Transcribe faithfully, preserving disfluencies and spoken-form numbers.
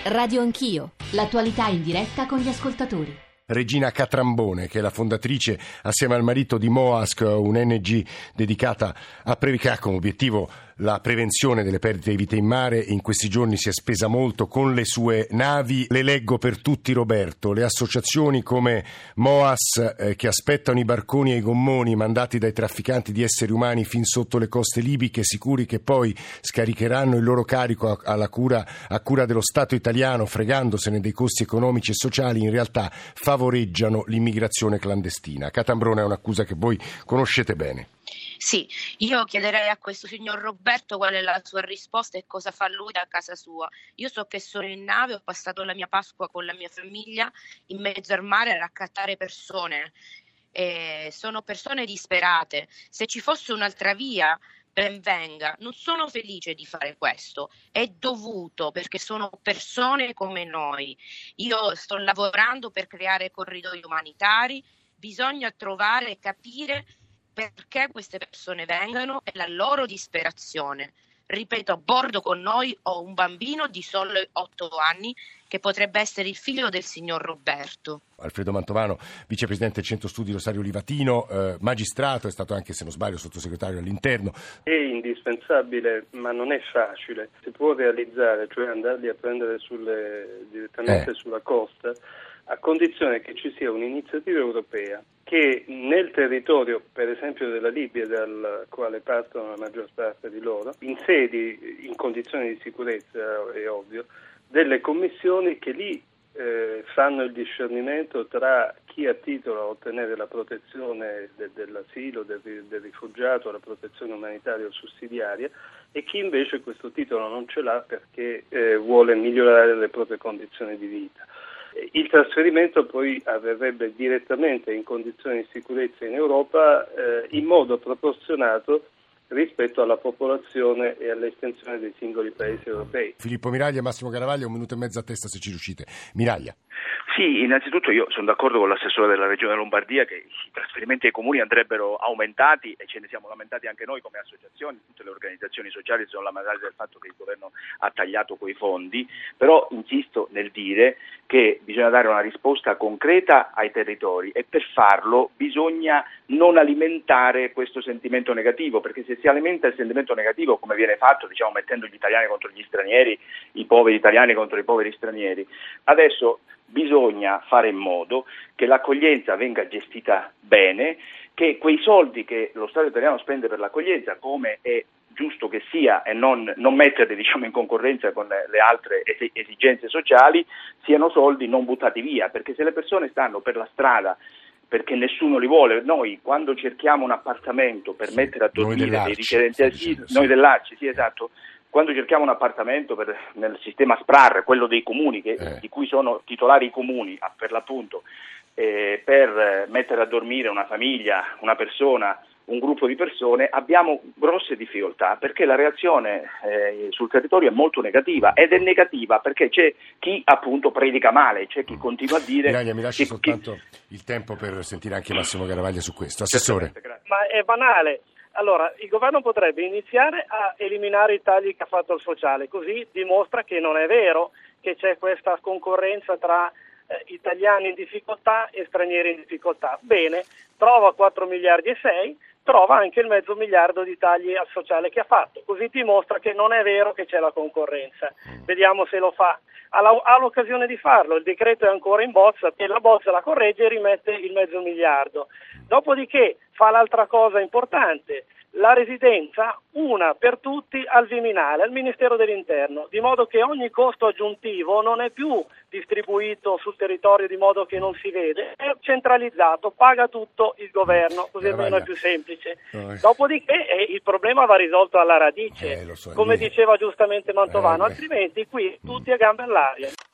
Radio Anch'io, l'attualità in diretta con gli ascoltatori. Regina Catrambone, che è la fondatrice assieme al marito di Moask, un O N G dedicata a pre- che ha come obiettivo la prevenzione delle perdite di vite in mare. In questi giorni si è spesa molto con le sue navi. Le leggo per tutti, Roberto. Le associazioni come Moas eh, che aspettano i barconi e i gommoni mandati dai trafficanti di esseri umani fin sotto le coste libiche, sicuri che poi scaricheranno il loro carico a, alla cura, a cura dello Stato italiano, fregandosene dei costi economici e sociali, in realtà favoreggiano l'immigrazione clandestina. Catambrone è un'accusa che voi conoscete bene. Sì, io chiederei a questo signor Roberto qual è la sua risposta e cosa fa lui da casa sua. Io so che sono in nave, ho passato la mia Pasqua con la mia famiglia in mezzo al mare a raccattare persone. Eh, sono persone disperate. Se ci fosse un'altra via, ben venga. Non sono felice di fare questo, è dovuto perché sono persone come noi. Io sto lavorando per creare corridoi umanitari, bisogna trovare e capire perché queste persone vengano e la loro disperazione. Ripeto, a bordo con noi ho un bambino di solo otto anni che potrebbe essere il figlio del signor Roberto. Alfredo Mantovano, vicepresidente del Centro Studi Rosario Livatino, eh, magistrato, è stato anche, se non sbaglio, sottosegretario all'interno. È indispensabile, ma non è facile. Si può realizzare, cioè andarli a prendere sulle, direttamente eh. sulla costa, a condizione che ci sia un'iniziativa europea che nel territorio, per esempio della Libia, dal quale partono la maggior parte di loro, insedi in condizioni di sicurezza, è ovvio, delle commissioni che lì eh, fanno il discernimento tra chi ha titolo a ottenere la protezione de- dell'asilo, del, del rifugiato, la protezione umanitaria o sussidiaria, e chi invece questo titolo non ce l'ha perché eh, vuole migliorare le proprie condizioni di vita. Il trasferimento poi avverrebbe direttamente in condizioni di sicurezza in Europa eh, in modo proporzionato rispetto alla popolazione e all'estensione dei singoli paesi europei. Filippo Miraglia e Massimo Garavaglia, un minuto e mezzo a testa se ci riuscite. Miraglia. Sì, innanzitutto io sono d'accordo con l'assessore della Regione Lombardia che i trasferimenti ai comuni andrebbero aumentati e ce ne siamo lamentati anche noi come associazioni, tutte le organizzazioni sociali si sono lamentate del fatto che il governo ha tagliato quei fondi, però insisto nel dire che bisogna dare una risposta concreta ai territori e per farlo bisogna non alimentare questo sentimento negativo, perché se si alimenta il sentimento negativo come viene fatto, diciamo mettendo gli italiani contro gli stranieri, i poveri italiani contro i poveri stranieri, adesso bisogna fare in modo che l'accoglienza venga gestita bene, che quei soldi che lo Stato italiano spende per l'accoglienza, come è giusto che sia, e non, non metterli diciamo in concorrenza con le altre esigenze sociali, siano soldi non buttati via, perché se le persone stanno per la strada perché nessuno li vuole, noi quando cerchiamo un appartamento per sì, mettere a dormire dei richiedenti asilo, noi dell'Arci, sì esatto, quando cerchiamo un appartamento per, nel sistema SPRAR, quello dei comuni, che, eh. di cui sono titolari i comuni, per l'appunto, eh, per mettere a dormire una famiglia, una persona, un gruppo di persone, abbiamo grosse difficoltà perché la reazione eh, sul territorio è molto negativa ed è negativa perché c'è chi appunto predica male, c'è chi continua a dire... Miraglia, mi lasci che, soltanto chi... il tempo per sentire anche Massimo Garavaglia su questo. Assessore. Ma è banale. Allora, il governo potrebbe iniziare a eliminare i tagli che ha fatto il sociale, così dimostra che non è vero che c'è questa concorrenza tra eh, italiani in difficoltà e stranieri in difficoltà. Bene, trova quattro miliardi e sei, trova anche il mezzo miliardo di tagli al sociale che ha fatto, così dimostra che non è vero che c'è la concorrenza. Vediamo se lo fa. Ha, la, ha l'occasione di farlo, il decreto è ancora in bozza e la bozza la corregge e rimette il mezzo miliardo. Dopodiché fa l'altra cosa importante, la residenza, una per tutti al Viminale, al Ministero dell'Interno, di modo che ogni costo aggiuntivo non è più distribuito sul territorio di modo che non si vede, è centralizzato, paga tutto il governo, così almeno è più semplice. No, Dopodiché eh, il problema va risolto alla radice, eh, so, come diceva giustamente Mantovano, eh, altrimenti qui tutti a gambe all'aria.